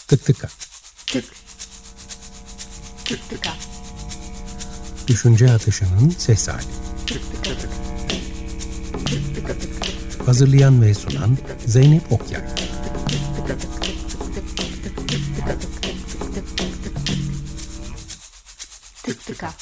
Tık tıka. Tık. Tık tıka. Düşünce akışının ses hali. Tık tıka tık. Tık tıka tık. Hazırlayan ve sunan Zeynep Okyay. Tık tıka.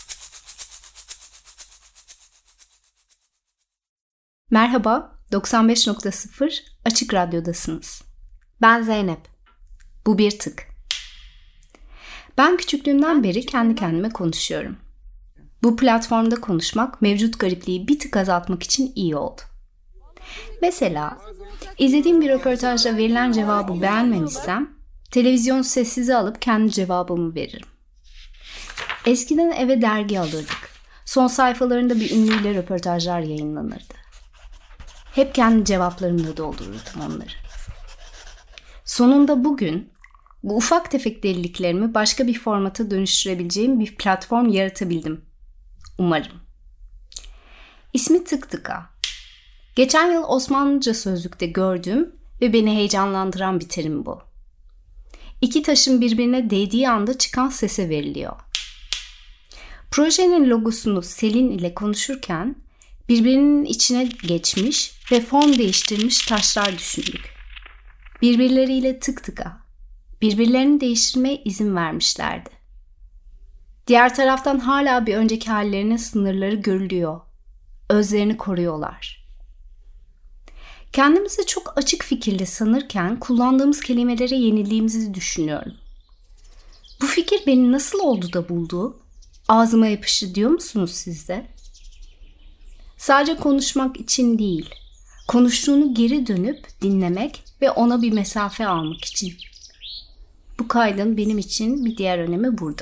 Merhaba, 95.0 Açık Radyo'dasınız. Ben Zeynep. Bu bir tık. Ben küçüklüğümden beri kendi kendime konuşuyorum. Bu platformda konuşmak mevcut garipliği bir tık azaltmak için iyi oldu. Mesela izlediğim bir röportajda verilen cevabı beğenmemişsem televizyonu sessize alıp kendi cevabımı veririm. Eskiden eve dergi alırdık. Son sayfalarında bir ünlüyle röportajlar yayınlanırdı. Hep kendi cevaplarımla doldururdum onları. Sonunda bugün bu ufak tefek deliliklerimi başka bir formata dönüştürebileceğim bir platform yaratabildim. Umarım. İsmi Tık Tıka. Geçen yıl Osmanlıca sözlükte gördüğüm ve beni heyecanlandıran bir terim bu. İki taşın birbirine değdiği anda çıkan sese veriliyor. Projenin logosunu Selin ile konuşurken birbirinin içine geçmiş ve form değiştirmiş taşlar düşündük. Birbirleriyle tık tıka, birbirlerini değiştirmeye izin vermişlerdi. Diğer taraftan hala bir önceki hallerinin sınırları görülüyor. Özlerini koruyorlar. Kendimizi çok açık fikirli sanırken kullandığımız kelimelere yenildiğimizi düşünüyorum. Bu fikir beni nasıl oldu da buldu? Ağzıma yapıştı diyor musunuz siz de? Sadece konuşmak için değil, konuştuğunu geri dönüp dinlemek ve ona bir mesafe almak için. Bu kaydın benim için bir diğer önemi burada.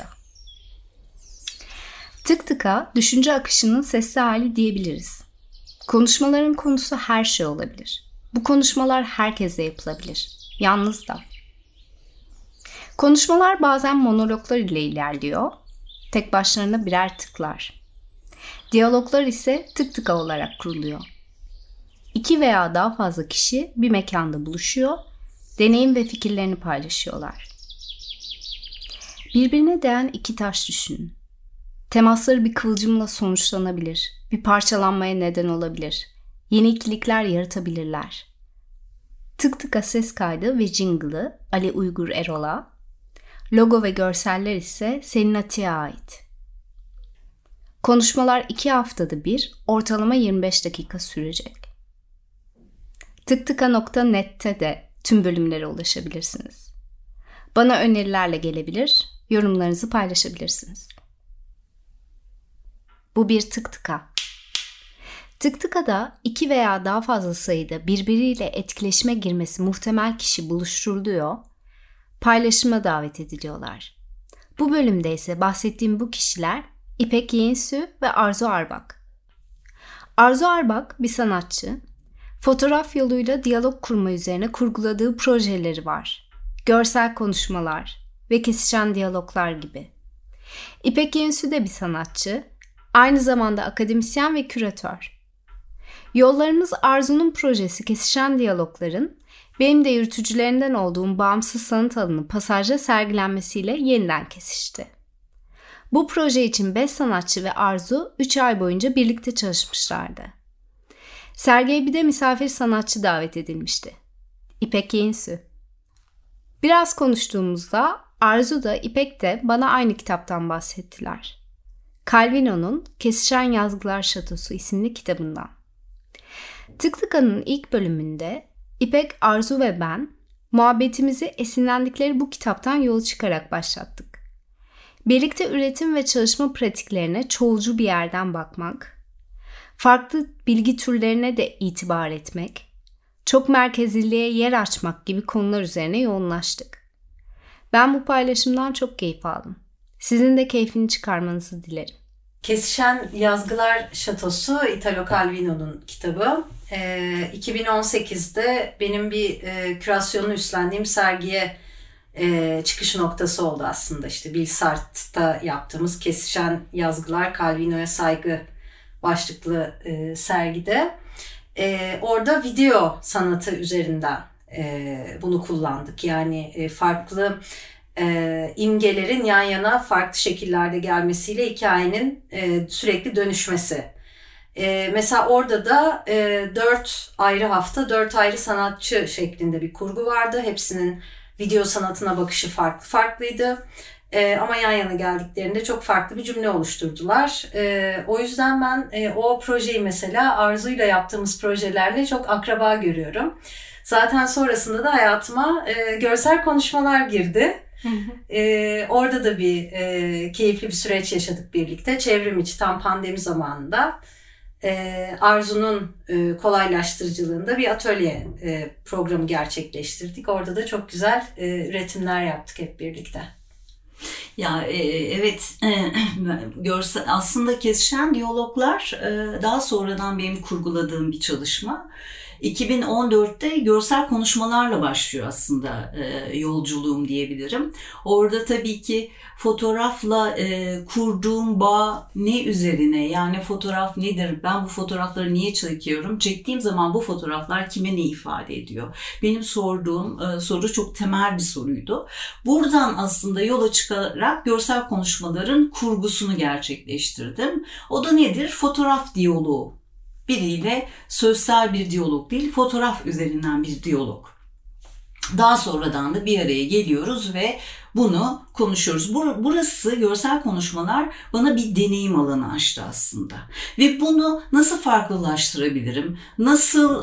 Tık tıka düşünce akışının sesli hali diyebiliriz. Konuşmaların konusu her şey olabilir. Bu konuşmalar herkesle yapılabilir. Yalnız da. Konuşmalar bazen monologlar ile ilerliyor. Tek başlarına birer tıklar. Diyaloglar ise tık tıka olarak kuruluyor. İki veya daha fazla kişi bir mekanda buluşuyor, deneyim ve fikirlerini paylaşıyorlar. Birbirine değen iki taş düşünün. Temasları bir kıvılcımla sonuçlanabilir, bir parçalanmaya neden olabilir, yeni ikilikler yaratabilirler. Tık tıka ses kaydı ve jingle'ı Ali Uygur Erol'a, logo ve görseller ise Selin Ati'ye ait. Konuşmalar 2 haftada bir, ortalama 25 dakika sürecek. Tıktıka.net'te de tüm bölümlere ulaşabilirsiniz. Bana önerilerle gelebilir, yorumlarınızı paylaşabilirsiniz. Bu bir tık tıka. Tık tıkada 2 veya daha fazla sayıda birbiriyle etkileşime girmesi muhtemel kişi buluşturuluyor, paylaşıma davet ediliyorlar. Bu bölümde ise bahsettiğim bu kişiler İpek Yeğensü ve Arzu Arbak. Arzu Arbak bir sanatçı. Fotoğraf yoluyla diyalog kurma üzerine kurguladığı projeleri var. Görsel konuşmalar ve kesişen diyaloglar gibi. İpek Yeğensü de bir sanatçı. Aynı zamanda akademisyen ve küratör. Yollarımız Arzu'nun projesi Kesişen Diyalogların benim de yürütücülerinden olduğum bağımsız sanat alanı Pasaj'da sergilenmesiyle yeniden kesişti. Bu proje için 5 sanatçı ve Arzu 3 ay boyunca birlikte çalışmışlardı. Sergiye bir de misafir sanatçı davet edilmişti. İpek Yeğensü. Biraz konuştuğumuzda Arzu da İpek de bana aynı kitaptan bahsettiler. Calvino'nun Kesişen Yazgılar Şatosu isimli kitabından. Tık Tıka'nın ilk bölümünde İpek, Arzu ve ben muhabbetimizi esinlendikleri bu kitaptan yola çıkarak başlattık. Birlikte üretim ve çalışma pratiklerine çoğulcu bir yerden bakmak, farklı bilgi türlerine de itibar etmek, çok merkezliliğe yer açmak gibi konular üzerine yoğunlaştık. Ben bu paylaşımdan çok keyif aldım. Sizin de keyfini çıkarmanızı dilerim. Kesişen Yazgılar Şatosu Italo Calvino'nun kitabı. 2018'de benim bir kürasyonunu üstlendiğim sergiye çıkış noktası oldu aslında. İşte Bilsart'ta yaptığımız Kesişen Yazgılar Calvino'ya Saygı başlıklı sergide. Orada video sanatı üzerinden bunu kullandık. Yani farklı imgelerin yan yana farklı şekillerde gelmesiyle hikayenin sürekli dönüşmesi. Mesela orada da 4 ayrı hafta, 4 ayrı sanatçı şeklinde bir kurgu vardı. Hepsinin video sanatına bakışı farklıydı. Ama yan yana geldiklerinde çok farklı bir cümle oluşturdular. O yüzden ben o projeyi mesela Arzu'yla yaptığımız projelerle çok akraba görüyorum. Zaten sonrasında da hayatıma görsel konuşmalar girdi. Orada da bir keyifli bir süreç yaşadık birlikte. Çevrim içi tam pandemi zamanında Arzu'nun kolaylaştırıcılığında bir atölye programı gerçekleştirdik. Orada da çok güzel üretimler yaptık hep birlikte. Ya evet, görsel aslında kesişen diyaloglar daha sonradan benim kurguladığım bir çalışma. 2014'te görsel konuşmalarla başlıyor aslında yolculuğum diyebilirim. Orada tabii ki fotoğrafla kurduğum bağ ne üzerine, yani fotoğraf nedir, ben bu fotoğrafları niye çekiyorum, çektiğim zaman bu fotoğraflar kime ne ifade ediyor? Benim sorduğum soru çok temel bir soruydu. Buradan aslında yola çıkarak görsel konuşmaların kurgusunu gerçekleştirdim. O da nedir? Fotoğraf diyaloğu. Biriyle sözsel bir diyalog değil, fotoğraf üzerinden bir diyalog. Daha sonradan da bir araya geliyoruz ve bunu konuşuyoruz. Burası görsel konuşmalar bana bir deneyim alanı açtı aslında. Ve bunu nasıl farklılaştırabilirim? Nasıl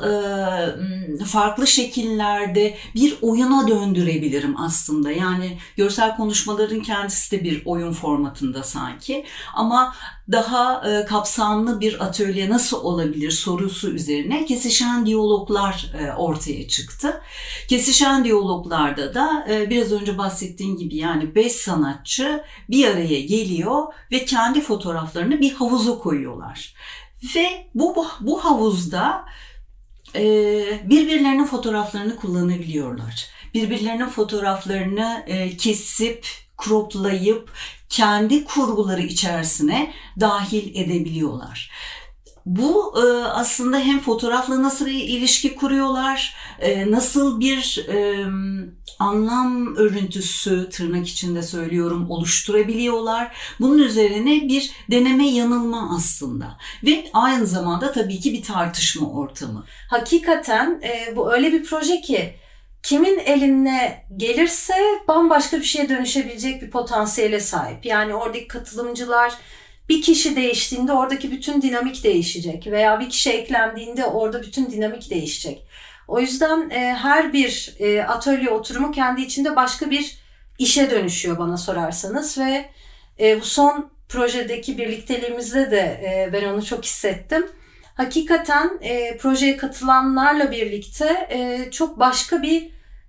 farklı şekillerde bir oyuna döndürebilirim aslında? Yani görsel konuşmaların kendisi de bir oyun formatında sanki. Ama daha kapsamlı bir atölye nasıl olabilir sorusu üzerine kesişen diyaloglar ortaya çıktı. Kesişen diyaloglarda da biraz önce bahsettiğim gibi yani 5 sanatçı bir araya geliyor ve kendi fotoğraflarını bir havuza koyuyorlar. Ve bu havuzda birbirlerinin fotoğraflarını kullanabiliyorlar. Birbirlerinin fotoğraflarını kesip, croplayıp kendi kurguları içerisine dahil edebiliyorlar. Bu aslında hem fotoğrafla nasıl bir ilişki kuruyorlar, nasıl bir anlam örüntüsü, tırnak içinde söylüyorum, oluşturabiliyorlar. Bunun üzerine bir deneme yanılma aslında ve aynı zamanda tabii ki bir tartışma ortamı. Hakikaten bu öyle bir proje ki kimin eline gelirse bambaşka bir şeye dönüşebilecek bir potansiyele sahip. Yani oradaki katılımcılar, bir kişi değiştiğinde oradaki bütün dinamik değişecek veya bir kişi eklendiğinde orada bütün dinamik değişecek. O yüzden her bir atölye oturumu kendi içinde başka bir işe dönüşüyor bana sorarsanız ve bu son projedeki birlikteliğimizde de ben onu çok hissettim. Hakikaten projeye katılanlarla birlikte çok başka bir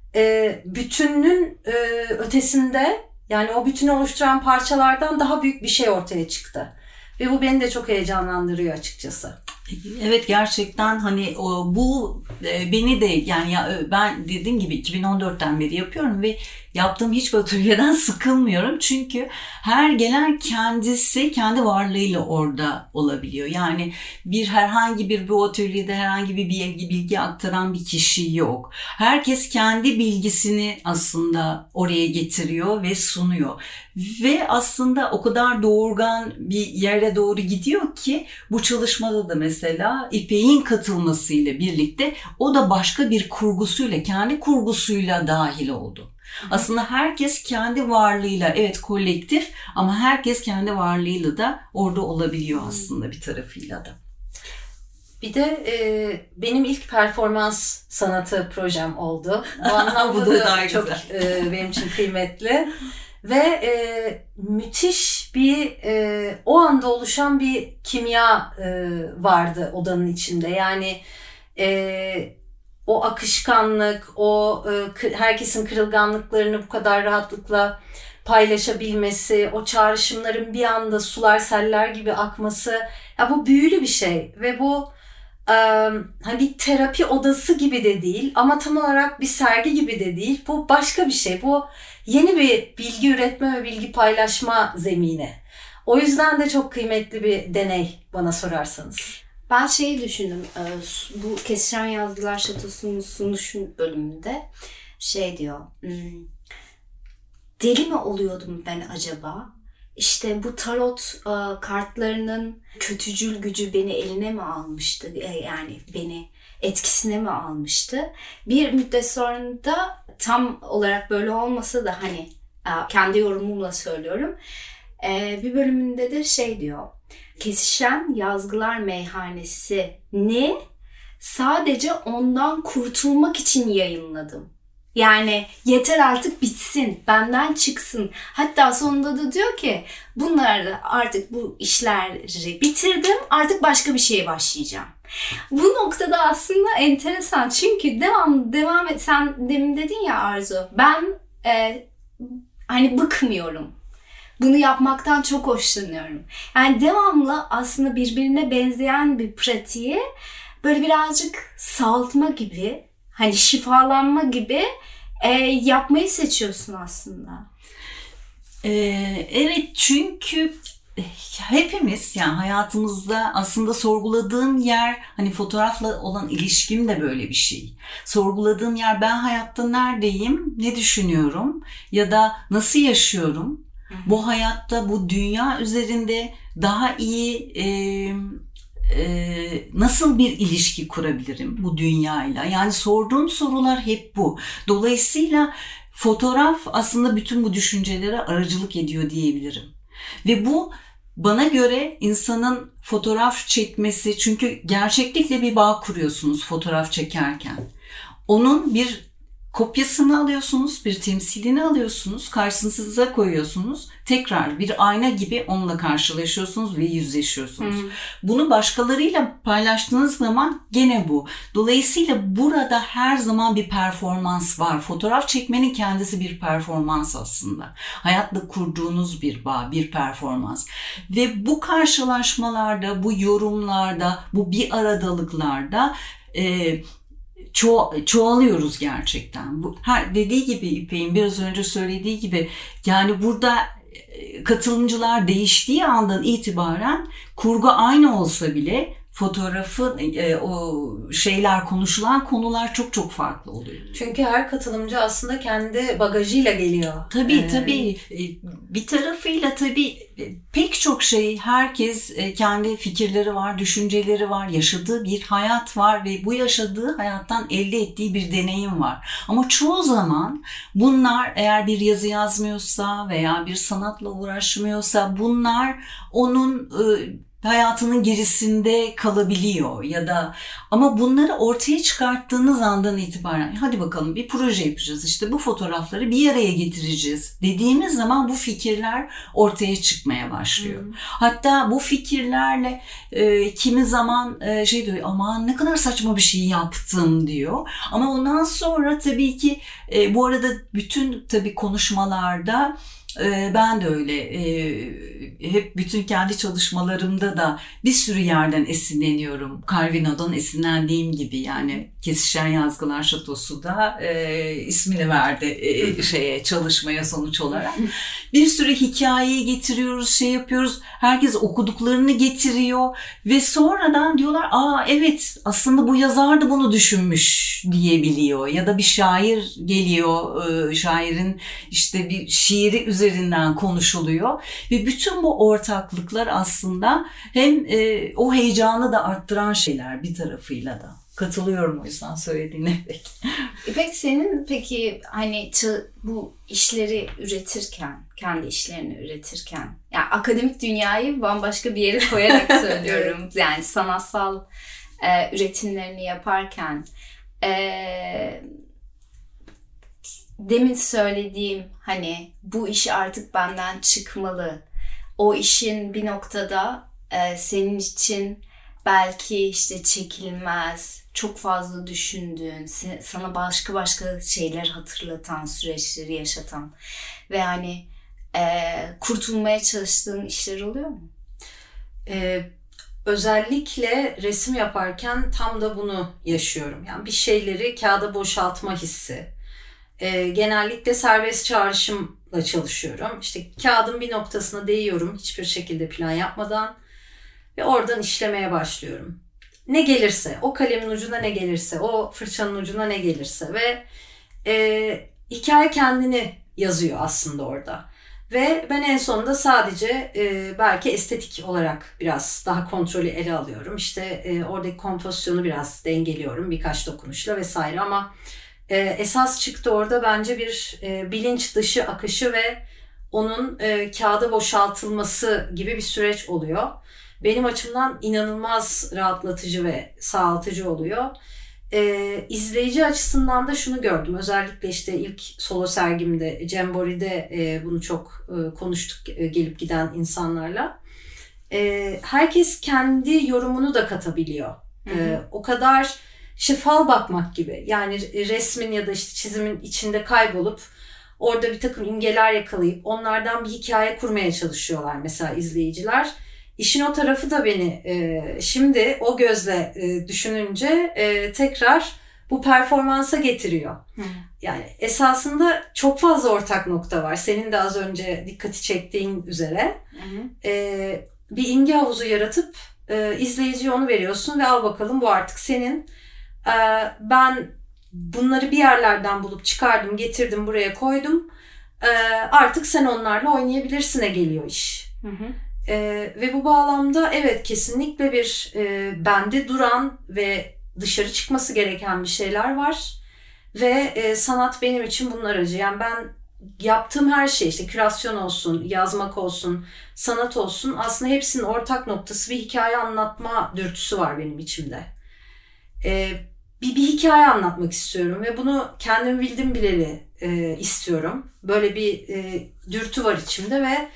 bütünün ötesinde, yani o bütünü oluşturan parçalardan daha büyük bir şey ortaya çıktı. Ve bu beni de çok heyecanlandırıyor açıkçası. Evet, gerçekten hani bu beni de, yani ben dediğim gibi 2014'ten beri yapıyorum ve yaptığım hiçbir atölyeden sıkılmıyorum. Çünkü her gelen kendisi kendi varlığıyla orada olabiliyor. Yani herhangi bir bu atölyede herhangi bir bilgi aktaran bir kişi yok. Herkes kendi bilgisini aslında oraya getiriyor ve sunuyor. Ve aslında o kadar doğurgan bir yere doğru gidiyor ki bu çalışmada da mesela İpek'in katılmasıyla birlikte o da başka bir kurgusuyla, kendi kurgusuyla dahil oldu. Aslında herkes kendi varlığıyla, evet kolektif, ama herkes kendi varlığıyla da orada olabiliyor aslında bir tarafıyla da. Bir de benim ilk performans sanatı projem oldu. Bu anlamda da çok benim için kıymetli. Ve müthiş bir o anda oluşan bir kimya vardı odanın içinde. Yani o akışkanlık, o herkesin kırılganlıklarını bu kadar rahatlıkla paylaşabilmesi, o çağrışımların bir anda sular seller gibi akması, ya bu büyülü bir şey ve bu hani bir terapi odası gibi de değil ama tam olarak bir sergi gibi de değil. Bu başka bir şey. Bu yeni bir bilgi üretme ve bilgi paylaşma zemini. O yüzden de çok kıymetli bir deney bana sorarsanız. Ben şeyi düşündüm. Bu Kesişen Yazgılar Şatosu'nun sunuş bölümünde şey diyor. Deli mi oluyordum ben acaba? İşte bu tarot kartlarının kötücül gücü beni eline mi almıştı? Yani beni etkisine mi almıştı? Bir müddet sonra da tam olarak böyle olmasa da hani kendi yorumumla söylüyorum. Bir bölümünde de şey diyor. Kesişen Yazgılar Meyhanesi'ni sadece ondan kurtulmak için yayınladım. Yani yeter artık bitsin, benden çıksın. Hatta sonunda da diyor ki bunlar da artık bu işleri bitirdim, artık başka bir şeye başlayacağım. Bu noktada aslında enteresan çünkü devam et. Sen demin dedin ya Arzu, ben hani bıkmıyorum. Bunu yapmaktan çok hoşlanıyorum. Yani devamlı aslında birbirine benzeyen bir pratiği böyle birazcık sağaltma gibi, hani şifalanma gibi yapmayı seçiyorsun aslında. Evet, çünkü hepimiz yani hayatımızda aslında sorguladığım yer, hani fotoğrafla olan ilişkim de böyle bir şey. Sorguladığım yer, ben hayatta neredeyim, ne düşünüyorum ya da nasıl yaşıyorum? Bu hayatta, bu dünya üzerinde daha iyi nasıl bir ilişki kurabilirim bu dünyayla? Yani sorduğum sorular hep bu. Dolayısıyla fotoğraf aslında bütün bu düşüncelere aracılık ediyor diyebilirim. Ve bu bana göre insanın fotoğraf çekmesi, çünkü gerçeklikle bir bağ kuruyorsunuz fotoğraf çekerken. Onun bir kopyasını alıyorsunuz, bir temsilini alıyorsunuz, karşınıza koyuyorsunuz. Tekrar bir ayna gibi onunla karşılaşıyorsunuz ve yüzleşiyorsunuz. Bunu başkalarıyla paylaştığınız zaman gene bu. Dolayısıyla burada her zaman bir performans var. Fotoğraf çekmenin kendisi bir performans aslında. Hayatla kurduğunuz bir bağ, bir performans. Ve bu karşılaşmalarda, bu yorumlarda, bu bir aradalıklarda çoğalıyoruz gerçekten. Dediği gibi İpek'in biraz önce söylediği gibi, yani burada katılımcılar değiştiği andan itibaren kurgu aynı olsa bile fotoğrafın o şeyler, konuşulan konular çok çok farklı oluyor. Çünkü her katılımcı aslında kendi bagajıyla geliyor. Tabii. Bir tarafıyla tabii pek çok şey, herkes kendi fikirleri var, düşünceleri var, yaşadığı bir hayat var ve bu yaşadığı hayattan elde ettiği bir deneyim var. Ama çoğu zaman bunlar, eğer bir yazı yazmıyorsa veya bir sanatla uğraşmıyorsa, bunlar onun hayatının gerisinde kalabiliyor ya da, ama bunları ortaya çıkarttığınız andan itibaren hadi bakalım bir proje yapacağız, işte bu fotoğrafları bir araya getireceğiz dediğimiz zaman bu fikirler ortaya çıkmaya başlıyor. Hatta bu fikirlerle kimi zaman şey diyor, aman ne kadar saçma bir şey yaptım diyor. Ama ondan sonra tabii ki bu arada bütün tabii konuşmalarda ben de öyle hep bütün kendi çalışmalarımda da bir sürü yerden esinleniyorum. Calvino'dan esinlendiğim gibi, yani Kesişen Yazgılar Şatosu da ismini verdi çalışmaya sonuç olarak. Bir sürü hikayeyi getiriyoruz, şey yapıyoruz. Herkes okuduklarını getiriyor ve sonradan diyorlar, evet aslında bu yazar da bunu düşünmüş diyebiliyor. Ya da bir şair geliyor, şairin işte bir şiiri üzerinden konuşuluyor ve bütün bu ortaklıklar aslında hem o heyecanı da arttıran şeyler bir tarafıyla da. Katılıyorum o yüzden söylediğine pek. İpek, senin peki hani bu işleri üretirken, kendi işlerini üretirken, yani akademik dünyayı bambaşka bir yere koyarak söylüyorum. Evet. Yani sanatsal üretimlerini yaparken demin söylediğim hani bu iş artık benden çıkmalı. O işin bir noktada senin için belki işte çekilmez, çok fazla düşündüğün, sana başka şeyler hatırlatan, süreçleri yaşatan ve hani kurtulmaya çalıştığın işler oluyor mu? Özellikle resim yaparken tam da bunu yaşıyorum. Yani bir şeyleri kağıda boşaltma hissi. Genellikle serbest çağrışımla çalışıyorum. İşte kağıdın bir noktasına değiyorum hiçbir şekilde plan yapmadan ve oradan işlemeye başlıyorum. ne gelirse, o kalemin ucuna ne gelirse, o fırçanın ucuna ne gelirse ve hikaye kendini yazıyor aslında orada. Ve ben en sonunda sadece belki estetik olarak biraz daha kontrolü ele alıyorum. İşte oradaki kompozisyonu biraz dengeliyorum birkaç dokunuşla vesaire ama esas çıktı orada bence bir bilinç dışı akışı ve onun kağıda boşaltılması gibi bir süreç oluyor. Benim açımdan inanılmaz rahatlatıcı ve sağaltıcı oluyor. İzleyici açısından da şunu gördüm. Özellikle işte ilk solo sergimde, Cembori'de bunu çok konuştuk gelip giden insanlarla. Herkes kendi yorumunu da katabiliyor. O kadar işte fal bakmak gibi. Yani resmin ya da işte çizimin içinde kaybolup orada bir takım imgeler yakalayıp onlardan bir hikaye kurmaya çalışıyorlar mesela izleyiciler. İşin o tarafı da beni şimdi o gözle düşününce tekrar bu performansa getiriyor. Yani esasında çok fazla ortak nokta var. Senin de az önce dikkati çektiğin üzere. Bir imge havuzu yaratıp izleyiciye onu veriyorsun ve al bakalım bu artık senin. Ben bunları bir yerlerden bulup çıkardım, getirdim, buraya koydum. Artık sen onlarla oynayabilirsine geliyor iş. Ve bu bağlamda evet kesinlikle bir bende duran ve dışarı çıkması gereken bir şeyler var. Ve sanat benim için bunun aracı. Yani ben yaptığım her şey işte kürasyon olsun, yazmak olsun, sanat olsun aslında hepsinin ortak noktası bir hikaye anlatma dürtüsü var benim içimde. Bir hikaye anlatmak istiyorum ve bunu kendim bildim bileli istiyorum. Böyle bir dürtü var içimde ve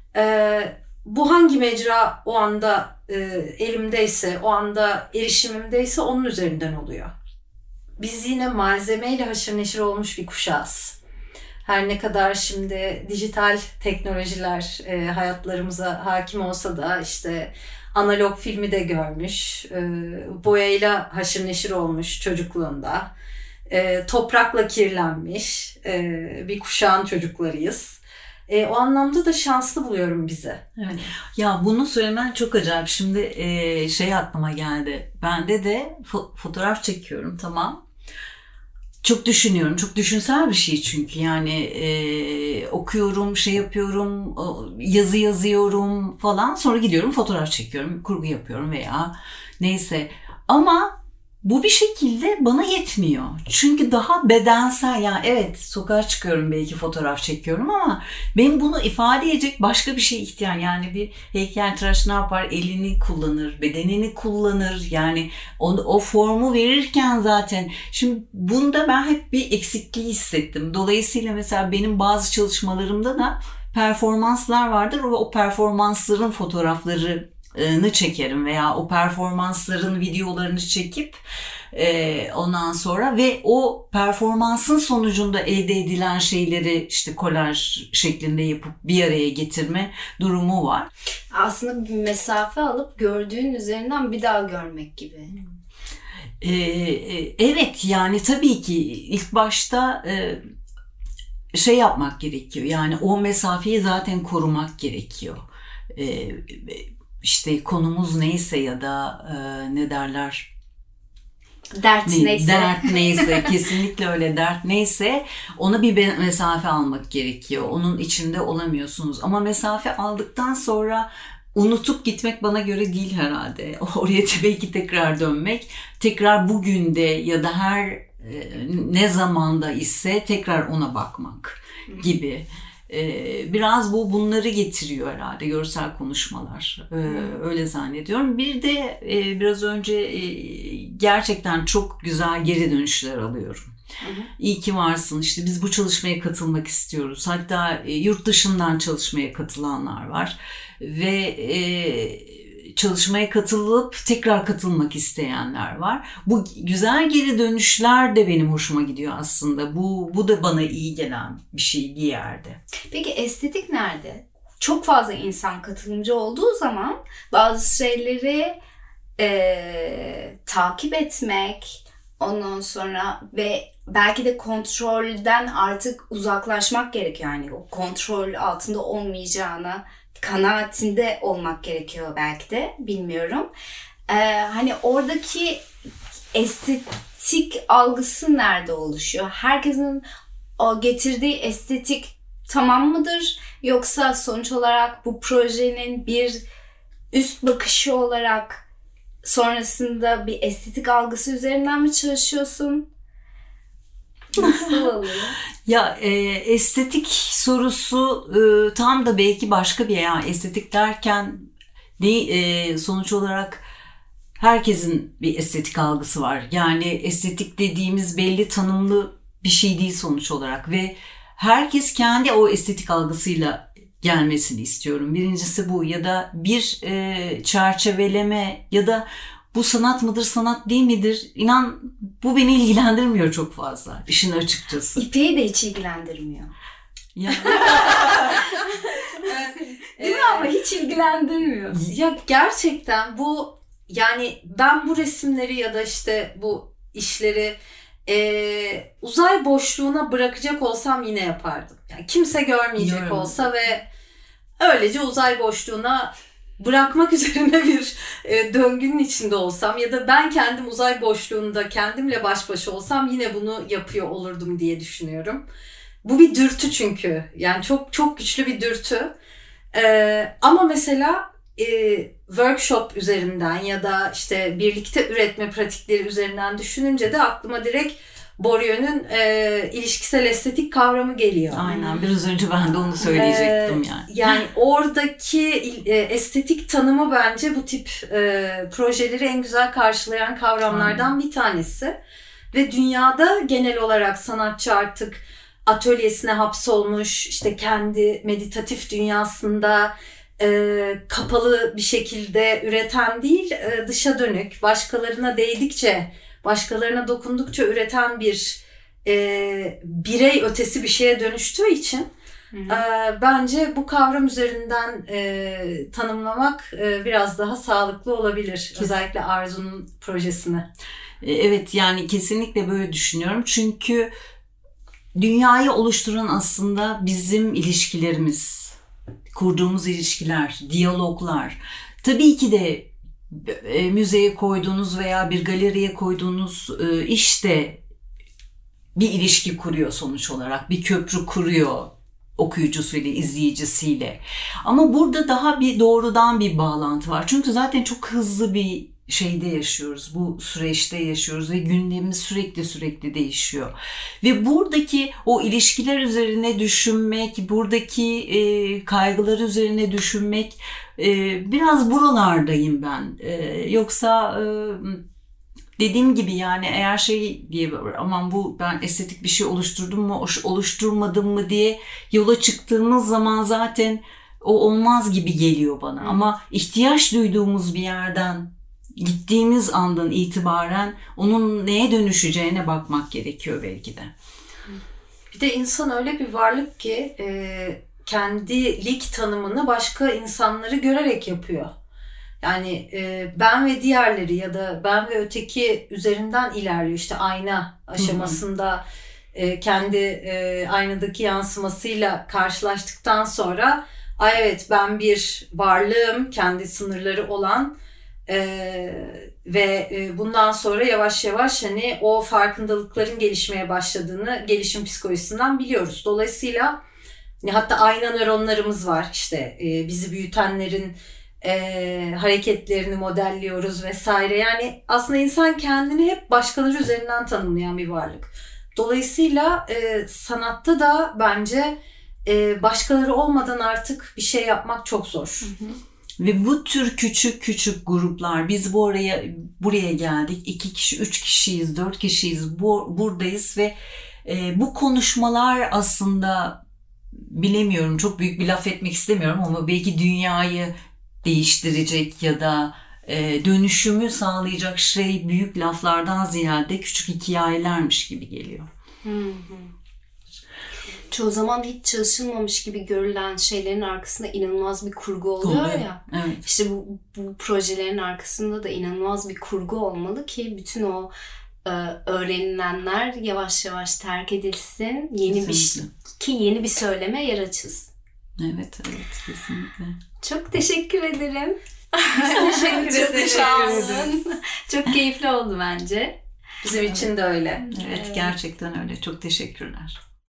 bu hangi mecra o anda elimdeyse, o anda erişimimdeyse onun üzerinden oluyor. Biz yine malzemeyle haşır neşir olmuş bir kuşağız. Her ne kadar şimdi dijital teknolojiler hayatlarımıza hakim olsa da işte analog filmi de görmüş, boyayla haşır neşir olmuş çocukluğunda, toprakla kirlenmiş bir kuşağın çocuklarıyız. O anlamda da şanslı buluyorum bizi. Evet. Ya bunu söylemen çok acayip. Şimdi şey aklıma geldi. Bende de fotoğraf çekiyorum, tamam. Çok düşünüyorum. Çok düşünsel bir şey çünkü. Yani okuyorum, şey yapıyorum, yazı yazıyorum falan. Sonra gidiyorum fotoğraf çekiyorum, kurgu yapıyorum veya neyse. Ama bu bir şekilde bana yetmiyor. Çünkü daha bedensel, yani evet sokağa çıkıyorum belki fotoğraf çekiyorum ama benim bunu ifade edecek başka bir şeye ihtiyaç. Yani bir heykeltıraş ne yapar? Elini kullanır, bedenini kullanır. Yani o formu verirken zaten. Şimdi bunda ben hep bir eksikliği hissettim. Dolayısıyla mesela benim bazı çalışmalarımda da performanslar vardır ve o performansların fotoğrafları çekerim veya o performansların videolarını çekip ondan sonra ve o performansın sonucunda elde edilen şeyleri işte kolaj şeklinde yapıp bir araya getirme durumu var. Aslında bir mesafe alıp gördüğün üzerinden bir daha görmek gibi. Evet, yani tabii ki ilk başta şey yapmak gerekiyor. Yani o mesafeyi zaten korumak gerekiyor. İşte konumuz neyse ya da ne derler? Dert neyse. Dert neyse, kesinlikle öyle, dert neyse ona bir mesafe almak gerekiyor. Onun içinde olamıyorsunuz. Ama mesafe aldıktan sonra unutup gitmek bana göre değil herhalde. Oraya belki tekrar dönmek, tekrar bugün de ya da her ne zamanda ise tekrar ona bakmak gibi. Biraz bunları getiriyor herhalde görsel konuşmalar. Öyle zannediyorum. Bir de biraz önce gerçekten çok güzel geri dönüşler alıyorum. İyi ki varsın. İşte biz bu çalışmaya katılmak istiyoruz. Hatta yurt dışından çalışmaya katılanlar var. Ve çalışmaya katılıp tekrar katılmak isteyenler var. Bu güzel geri dönüşler de benim hoşuma gidiyor aslında. Bu da bana iyi gelen bir şey bir yerde. Peki estetik nerede? Çok fazla insan katılımcı olduğu zaman bazı şeyleri takip etmek, ondan sonra ve belki de kontrolden artık uzaklaşmak gerekiyor. Yani o kontrol altında olmayacağına kanaatinde olmak gerekiyor belki de, bilmiyorum. Hani oradaki estetik algısı nerede oluşuyor? Herkesin o getirdiği estetik tamam mıdır? Yoksa sonuç olarak bu projenin bir üst bakışı olarak sonrasında bir estetik algısı üzerinden mi çalışıyorsun? Nasıl oluyor? Ya estetik sorusu tam da belki başka bir yani estetik derken sonuç olarak herkesin bir estetik algısı var. Yani estetik dediğimiz belli tanımlı bir şey değil sonuç olarak ve herkes kendi o estetik algısıyla gelmesini istiyorum. Birincisi bu ya da bir çerçeveleme ya da bu sanat mıdır, sanat değil midir? İnan bu beni ilgilendirmiyor çok fazla işin açıkçası. İpek'i de hiç ilgilendirmiyor. Yani. Değil mi ama hiç ilgilendirmiyor. Ya gerçekten bu yani ben bu resimleri ya da işte bu işleri uzay boşluğuna bırakacak olsam yine yapardım. Yani kimse görmeyecek olsa ve öylece uzay boşluğuna bırakmak üzerine bir döngünün içinde olsam ya da ben kendim uzay boşluğunda kendimle baş başa olsam yine bunu yapıyor olurdum diye düşünüyorum. Bu bir dürtü çünkü. Yani çok çok güçlü bir dürtü. Ama mesela workshop üzerinden ya da işte birlikte üretme pratikleri üzerinden düşününce de aklıma direkt Bourdieu'nun ilişkisel estetik kavramı geliyor. Aynen, biraz önce ben de onu söyleyecektim yani. Yani oradaki estetik tanımı bence bu tip projeleri en güzel karşılayan kavramlardan bir tanesi. Ve dünyada genel olarak sanatçı artık atölyesine hapsolmuş, işte kendi meditatif dünyasında kapalı bir şekilde üreten değil, dışa dönük, başkalarına değdikçe, başkalarına dokundukça üreten bir birey ötesi bir şeye dönüştüğü için bence bu kavram üzerinden tanımlamak biraz daha sağlıklı olabilir. Özellikle Arzu'nun projesini. Evet, yani kesinlikle böyle düşünüyorum. Çünkü dünyayı oluşturan aslında bizim ilişkilerimiz, kurduğumuz ilişkiler, diyaloglar. Tabii ki de müzeye koyduğunuz veya bir galeriye koyduğunuz iş de bir ilişki kuruyor sonuç olarak. Bir köprü kuruyor okuyucusuyla, izleyicisiyle. Ama burada daha bir doğrudan bir bağlantı var. Çünkü zaten çok hızlı bir şeyde yaşıyoruz, bu süreçte yaşıyoruz ve gündemimiz sürekli değişiyor. Ve buradaki o ilişkiler üzerine düşünmek, buradaki kaygılar üzerine düşünmek, biraz buralardayım ben. Yoksa dediğim gibi yani eğer şey diye aman bu ben estetik bir şey oluşturdum mu, oluşturmadım mı diye yola çıktığımız zaman zaten o olmaz gibi geliyor bana. Ama ihtiyaç duyduğumuz bir yerden gittiğimiz andan itibaren onun neye dönüşeceğine bakmak gerekiyor belki de. Bir de insan öyle bir varlık ki kendilik tanımını başka insanları görerek yapıyor. Yani ben ve diğerleri ya da ben ve öteki üzerinden ilerliyor. İşte ayna aşamasında kendi aynadaki yansımasıyla karşılaştıktan sonra ay evet ben bir varlığım, kendi sınırları olan ve bundan sonra yavaş yavaş hani o farkındalıkların gelişmeye başladığını gelişim psikolojisinden biliyoruz. Dolayısıyla hatta ayna nöronlarımız var, işte bizi büyütenlerin hareketlerini modelliyoruz vesaire. Yani aslında insan kendini hep başkaları üzerinden tanımlayan bir varlık. Dolayısıyla sanatta da bence başkaları olmadan artık bir şey yapmak çok zor. Hı hı. Ve bu tür küçük gruplar, biz buraya geldik, 2 kişi, 3 kişiyiz, 4 kişiyiz, buradayız ve bu konuşmalar aslında bilemiyorum, çok büyük bir laf etmek istemiyorum ama belki dünyayı değiştirecek ya da dönüşümü sağlayacak şey büyük laflardan ziyade küçük hikayelermiş gibi geliyor. Çoğu zaman hiç çalışılmamış gibi görülen şeylerin arkasında inanılmaz bir kurgu oluyor ya. Evet. İşte bu projelerin arkasında da inanılmaz bir kurgu olmalı ki bütün o öğrenilenler yavaş yavaş terk edilsin. Yeni bir söyleme yer açılsın. Evet, kesinlikle. Çok teşekkür ederim. Teşekkür Çok ederiz. sağ olun. Çok keyifli oldu bence. Bizim için de öyle. Evet, gerçekten öyle. Çok teşekkürler.